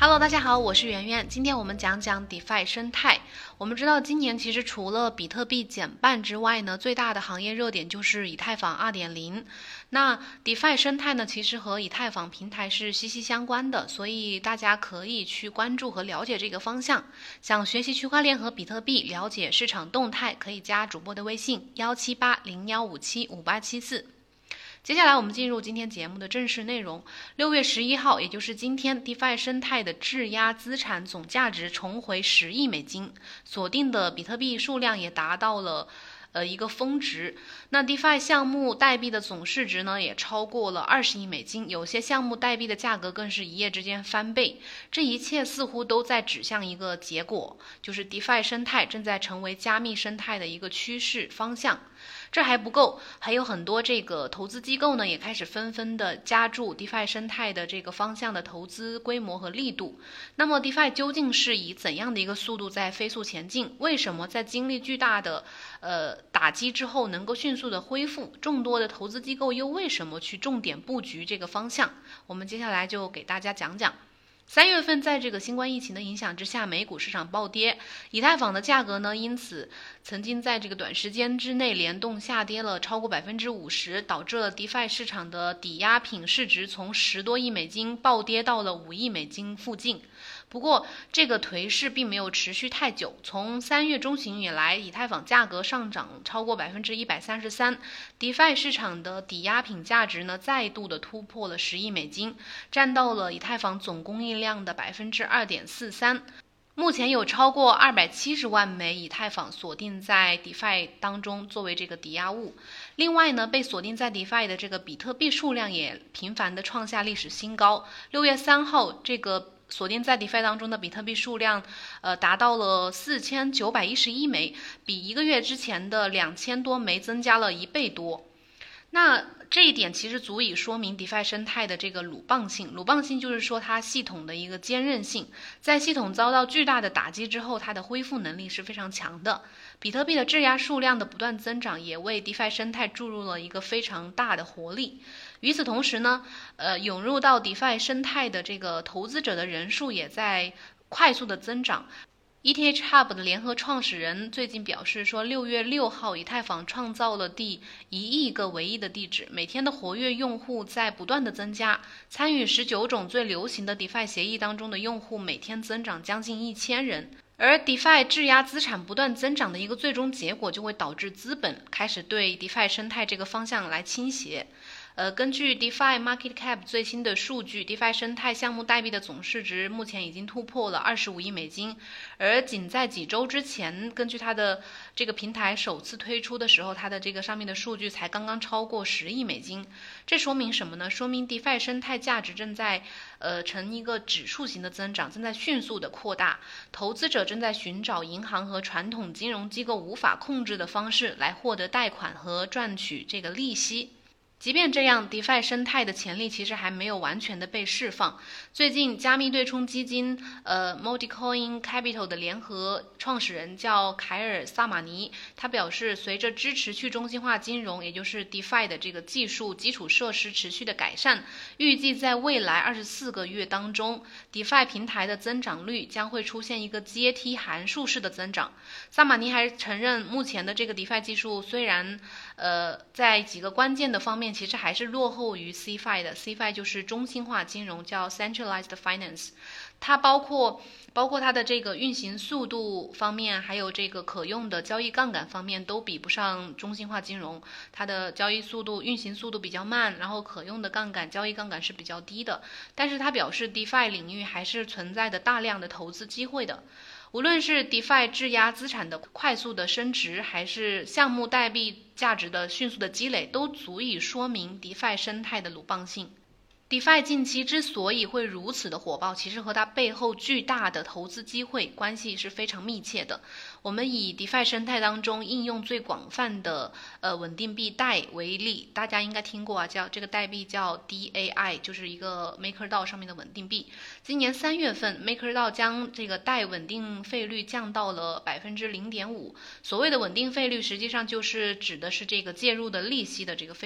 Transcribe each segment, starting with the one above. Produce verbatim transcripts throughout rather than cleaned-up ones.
Hello，大家好，我是圆圆。今天我们讲讲 DeFi 生态。我们知道，今年其实除了比特币减半之外呢，最大的行业热点就是以太坊 二点零。那 DeFi 生态呢，其实和以太坊平台是息息相关的，所以大家可以去关注和了解这个方向。想学习区块链和比特币，了解市场动态，可以加主播的微信幺七八零幺五七五八七四。接下来我们进入今天节目的正式内容。六月十一号，也就是今天 ，DeFi 生态的质押资产总价值重回十亿美金，锁定的比特币数量也达到了呃一个峰值。那 DeFi 项目代币的总市值呢，也超过了二十亿美金，有些项目代币的价格更是一夜之间翻倍。这一切似乎都在指向一个结果，就是 DeFi 生态正在成为加密生态的一个趋势方向。这还不够，还有很多这个投资机构呢，也开始纷纷的加注 DeFi 生态的这个方向的投资规模和力度。那么 DeFi 究竟是以怎样的一个速度在飞速前进？为什么在经历巨大的呃打击之后能够迅速的恢复？众多的投资机构又为什么去重点布局这个方向？我们接下来就给大家讲讲。三月份，在这个新冠疫情的影响之下，美股市场暴跌，以太坊的价格呢，因此曾经在这个短时间之内联动下跌了超过百分之五十，导致了 DeFi 市场的抵押品市值从十多亿美金暴跌到了五亿美金附近。不过，这个颓势并没有持续太久。从三月中旬以来，以太坊价格上涨超过百分之一百三十三 ，DeFi 市场的抵押品价值呢，再度的突破了十亿美金，占到了以太坊总供应量的百分之二点四三。目前有超过二百七十万枚以太坊锁定在 DeFi 当中作为这个抵押物。另外呢，被锁定在 DeFi 的这个比特币数量也频繁的创下历史新高。六月三号，这个锁定在 DeFi 当中的比特币数量，呃，达到了四千九百一十一枚，比一个月之前的两千多枚增加了一倍多。那这一点其实足以说明 DeFi 生态的这个鲁棒性。鲁棒性就是说它系统的一个坚韧性，在系统遭到巨大的打击之后，它的恢复能力是非常强的。比特币的质押数量的不断增长，也为 DeFi 生态注入了一个非常大的活力。与此同时呢，呃，涌入到 DeFi 生态的这个投资者的人数也在快速的增长。E T H Hub 的联合创始人最近表示说，六月六号，以太坊创造了第一亿个唯一的地址，每天的活跃用户在不断的增加，参与十九种最流行的 DeFi 协议当中的用户每天增长将近一千人。而 DeFi 质押资产不断增长的一个最终结果，就会导致资本开始对 DeFi 生态这个方向来倾斜。呃，根据 DeFi Market Cap 最新的数据 ，DeFi 生态项目代币的总市值目前已经突破了二十五亿美金，而仅在几周之前，根据它的这个平台首次推出的时候，它的这个上面的数据才刚刚超过十亿美金。这说明什么呢？说明 DeFi 生态价值正在呃呈一个指数型的增长，正在迅速的扩大。投资者正在寻找银行和传统金融机构无法控制的方式来获得贷款和赚取这个利息。即便这样 ，DeFi 生态的潜力其实还没有完全的被释放。最近，加密对冲基金呃 Multicoin Capital 的联合创始人叫凯尔·萨马尼，他表示，随着支持去中心化金融，也就是 DeFi 的这个技术基础设施持续的改善，预计在未来二十四个月当中 ，DeFi 平台的增长率将会出现一个阶梯函数式的增长。萨马尼还承认，目前的这个 DeFi 技术虽然呃在几个关键的方面其实还是落后于 CeFi 的 ，CeFi 就是中心化金融，叫 Centralized Finance。它包括包括它的这个运行速度方面，还有这个可用的交易杠杆方面，都比不上中心化金融。它的交易速度、运行速度比较慢，然后可用的杠杆、交易杠杆是比较低的。但是它表示 ，DeFi 领域还是存在的大量的投资机会的。无论是 DeFi 质押资产的快速的升值，还是项目代币价值的迅速的积累，都足以说明 DeFi 生态的鲁棒性。DeFi 近期之所以会如此的火爆，其实和它背后巨大的投资机会关系是非常密切的。我们以 DeFi 生态当中应用最广泛的呃稳定币 D A I 为例，大家应该听过啊，叫这个代币叫 D A I， 就是一个 MakerDAO 上面的稳定币。今年三月份 ，MakerDAO 将这个 D A I 稳定费率降到了百分之零点五。所谓的稳定费率，实际上就是指的是这个介入的利息的这个费率。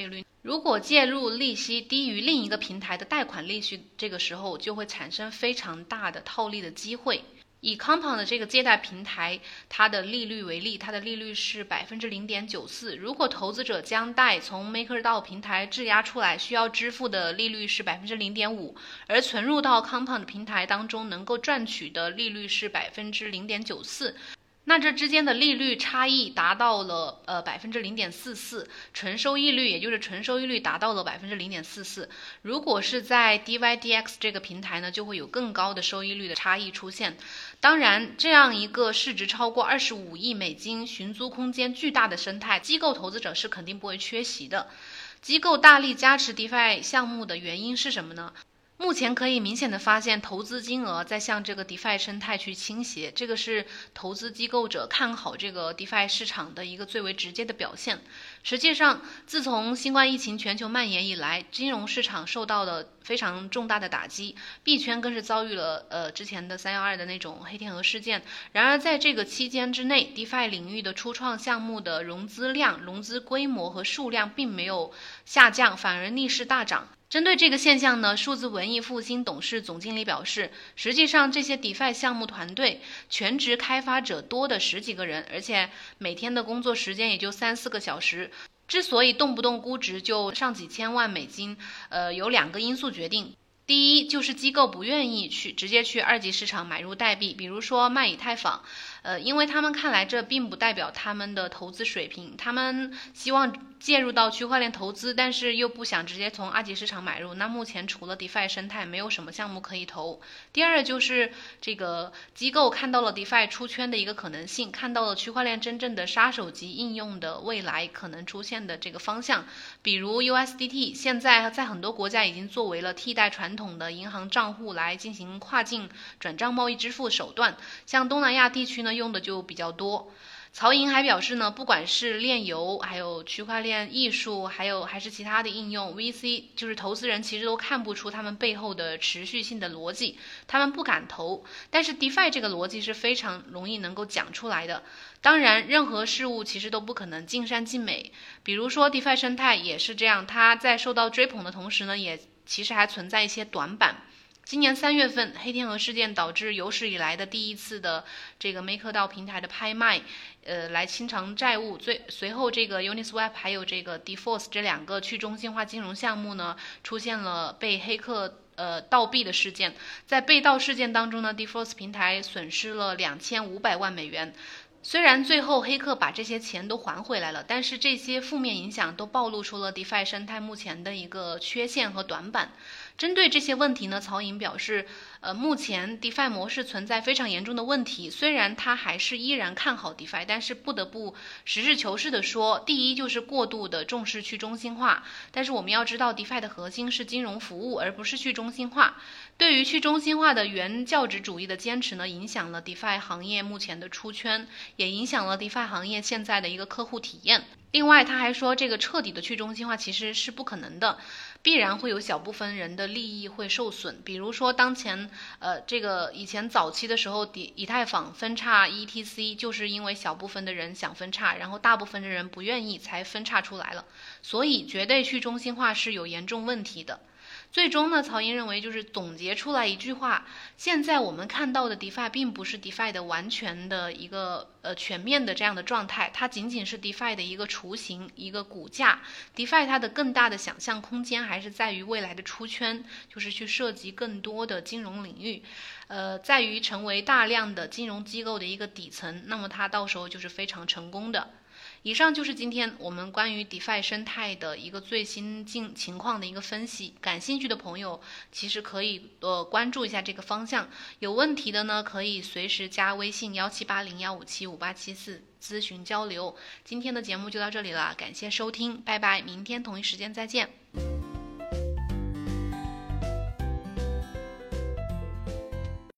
如果介入利息低于另一个平台的贷款利息，这个时候就会产生非常大的套利的机会。以 Compound 的这个借贷平台，它的利率为例，它的利率是百分之零点九四。如果投资者将贷从 MakerDAO 平台质押出来，需要支付的利率是百分之零点五，而存入到 Compound 平台当中能够赚取的利率是百分之零点九四。那这之间的利率差异达到了呃百分之零点四四，纯收益率也就是纯收益率达到了百分之零点四四。如果是在 D Y D X 这个平台呢，就会有更高的收益率的差异出现。当然，这样一个市值超过二十五亿美金、寻租空间巨大的生态，机构投资者是肯定不会缺席的。机构大力加持 DeFi 项目的原因是什么呢？目前可以明显的发现，投资金额在向这个 DeFi 生态去倾斜，这个是投资机构者看好这个 DeFi 市场的一个最为直接的表现。实际上，自从新冠疫情全球蔓延以来，金融市场受到了非常重大的打击，币圈更是遭遇了呃之前的三一二的那种黑天鹅事件。然而，在这个期间之内 ，DeFi 领域的初创项目的融资量、融资规模和数量并没有下降，反而逆势大涨。针对这个现象呢，数字文艺复兴董事总经理表示，实际上这些 DeFi 项目团队全职开发者多的十几个人，而且每天的工作时间也就三四个小时。之所以动不动估值就上几千万美金，呃，有两个因素决定。第一，就是机构不愿意去直接去二级市场买入代币，比如说卖以太坊，呃，因为他们看来这并不代表他们的投资水平，他们希望介入到区块链投资，但是又不想直接从二级市场买入。那目前除了 DeFi 生态，没有什么项目可以投。第二就是这个机构看到了 DeFi 出圈的一个可能性，看到了区块链真正的杀手级应用的未来可能出现的这个方向，比如 U S D T， 现在在很多国家已经作为了替代传统的银行账户来进行跨境转账贸易支付手段，像东南亚地区呢用的就比较多。曹莹还表示呢，不管是链游，还有区块链艺术，还有还是其他的应用 ，V C 就是投资人其实都看不出他们背后的持续性的逻辑，他们不敢投。但是 DeFi 这个逻辑是非常容易能够讲出来的。当然，任何事物其实都不可能尽善尽美，比如说 DeFi 生态也是这样，它在受到追捧的同时呢，也其实还存在一些短板。今年三月份，黑天鹅事件导致有史以来的第一次的这个 MakerDAO 平台的拍卖，呃，来清偿债务。最随后，这个 Uniswap 还有这个 Deforce 这两个去中心化金融项目呢，出现了被黑客呃盗币的事件。在被盗事件当中呢 ，Deforce 平台损失了两千五百万美元。虽然最后黑客把这些钱都还回来了，但是这些负面影响都暴露出了 DeFi 生态目前的一个缺陷和短板。针对这些问题呢，曹莹表示，呃，目前 DeFi 模式存在非常严重的问题。虽然他还是依然看好 DeFi， 但是不得不实事求是的说，第一就是过度的重视去中心化。但是我们要知道 ，DeFi 的核心是金融服务，而不是去中心化。对于去中心化的原教旨主义的坚持呢，影响了 DeFi 行业目前的出圈，也影响了 DeFi 行业现在的一个客户体验。另外，他还说，这个彻底的去中心化其实是不可能的。必然会有小部分人的利益会受损，比如说当前，呃，这个以前早期的时候，以以太坊分叉 E T C， 就是因为小部分的人想分叉，然后大部分的人不愿意才分叉出来了，所以绝对去中心化是有严重问题的。最终呢，曹莹认为就是总结出来一句话：现在我们看到的 DeFi 并不是 DeFi 的完全的一个呃全面的这样的状态，它仅仅是 DeFi 的一个雏形，一个骨架。DeFi 它的更大的想象空间还是在于未来的出圈，就是去涉及更多的金融领域，呃，在于成为大量的金融机构的一个底层，那么它到时候就是非常成功的。以上就是今天我们关于 DeFi 生态的一个最新境情况的一个分析。感兴趣的朋友其实可以呃关注一下这个方向，有问题的呢可以随时加微信幺七八零幺五七五八七四咨询交流。今天的节目就到这里了，感谢收听，拜拜，明天同一时间再见。